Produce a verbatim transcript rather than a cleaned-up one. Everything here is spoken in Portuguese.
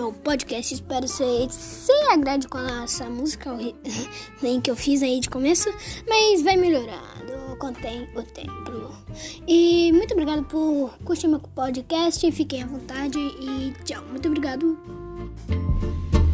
meu podcast. Espero que você se agrade com essa música ruim que eu fiz aí de começo, mas vai melhorando contém o tempo. E muito obrigado por curtir meu podcast. Fiquem à vontade e tchau. Muito obrigado.